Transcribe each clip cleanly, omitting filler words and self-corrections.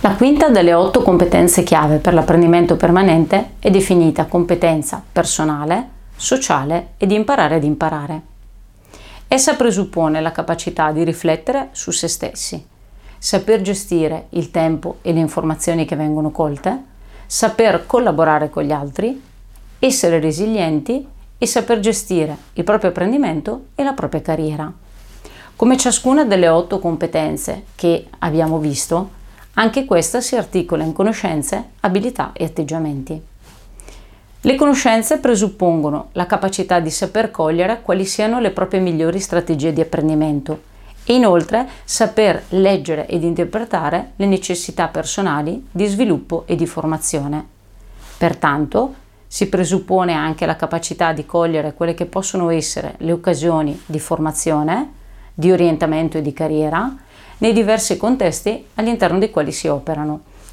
La quinta delle 8 competenze chiave per l'apprendimento permanente è definita competenza personale, sociale e di imparare ad imparare. Essa presuppone la capacità di riflettere su se stessi, saper gestire il tempo e le informazioni che vengono colte, saper collaborare con gli altri, essere resilienti e saper gestire il proprio apprendimento e la propria carriera. Come ciascuna delle 8 competenze che abbiamo visto, anche questa si articola in conoscenze, abilità e atteggiamenti. Le conoscenze presuppongono la capacità di saper cogliere quali siano le proprie migliori strategie di apprendimento e inoltre saper leggere ed interpretare le necessità personali di sviluppo e di formazione. Pertanto, si presuppone anche la capacità di cogliere quelle che possono essere le occasioni di formazione, di orientamento e di carriera nei diversi contesti all'interno dei quali si opera,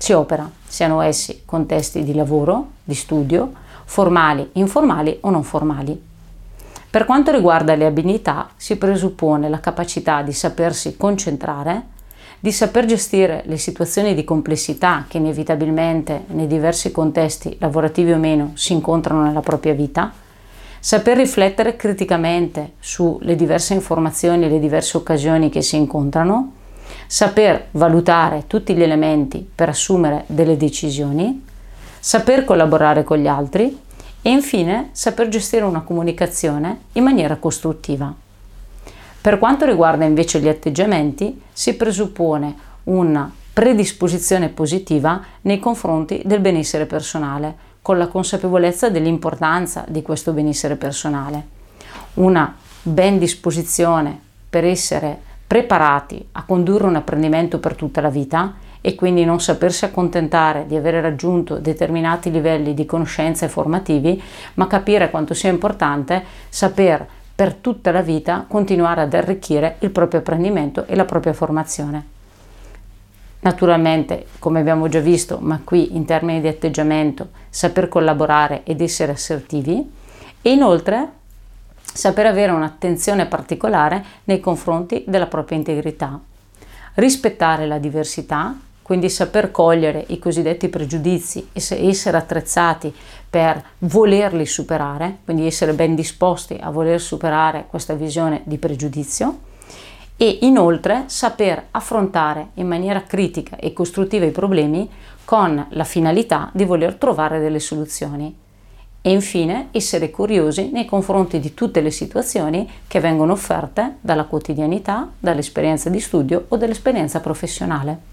siano essi contesti di lavoro, di studio, formali, informali o non formali. Per quanto riguarda le abilità, si presuppone la capacità di sapersi concentrare, di saper gestire le situazioni di complessità che inevitabilmente nei diversi contesti, lavorativi o meno, si incontrano nella propria vita, saper riflettere criticamente sulle diverse informazioni e le diverse occasioni che si incontrano, saper valutare tutti gli elementi per assumere delle decisioni, saper collaborare con gli altri e infine saper gestire una comunicazione in maniera costruttiva. Per quanto riguarda invece gli atteggiamenti, si presuppone una predisposizione positiva nei confronti del benessere personale, con la consapevolezza dell'importanza di questo benessere personale, una ben disposizione per essere preparati a condurre un apprendimento per tutta la vita e quindi non sapersi accontentare di aver raggiunto determinati livelli di conoscenze formativi, ma capire quanto sia importante saper per tutta la vita continuare ad arricchire il proprio apprendimento e la propria formazione. Naturalmente, come abbiamo già visto, ma qui in termini di atteggiamento, saper collaborare ed essere assertivi e inoltre saper avere un'attenzione particolare nei confronti della propria integrità, rispettare la diversità, quindi saper cogliere i cosiddetti pregiudizi e essere attrezzati per volerli superare, quindi essere ben disposti a voler superare questa visione di pregiudizio e inoltre saper affrontare in maniera critica e costruttiva i problemi con la finalità di voler trovare delle soluzioni. E infine essere curiosi nei confronti di tutte le situazioni che vengono offerte dalla quotidianità, dall'esperienza di studio o dall'esperienza professionale.